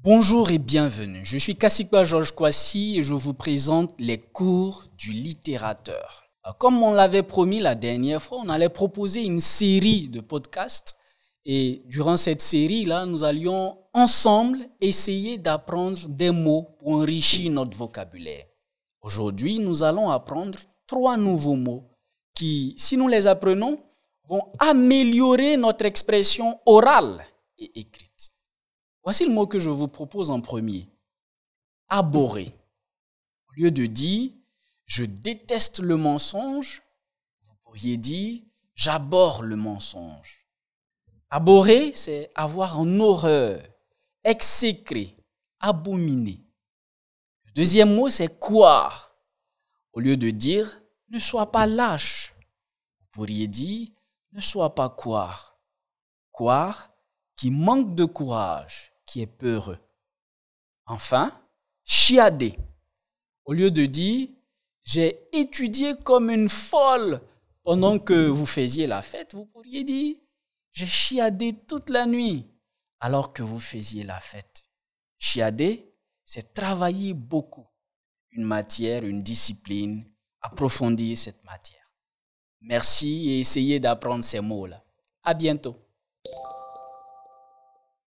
Bonjour et bienvenue. Je suis Kassikwa Georges Kwasi et je vous présente les cours du littérateur. Comme on l'avait promis la dernière fois, on allait proposer une série de podcasts et durant cette série-là, nous allions ensemble essayer d'apprendre des mots pour enrichir notre vocabulaire. Aujourd'hui, nous allons apprendre 3 nouveaux mots qui, si nous les apprenons, vont améliorer notre expression orale et écrite. Voici le mot que je vous propose en premier. Abhorrer. Au lieu de dire « je déteste le mensonge », vous pourriez dire « j'abhorre le mensonge ». Abhorrer, c'est avoir en horreur, exécrer, abominer. Le deuxième mot, c'est couard. Au lieu de dire « ne sois pas lâche », vous pourriez dire « ne sois pas couard ». Couard qui manque de courage, qui est peureux. Enfin, chiader. Au lieu de dire « j'ai étudié comme une folle pendant que vous faisiez la fête », vous pourriez dire « j'ai chiadé toute la nuit alors que vous faisiez la fête ». Chiader, c'est travailler beaucoup une matière, une discipline, approfondir cette matière. Merci et essayez d'apprendre ces mots-là. À bientôt.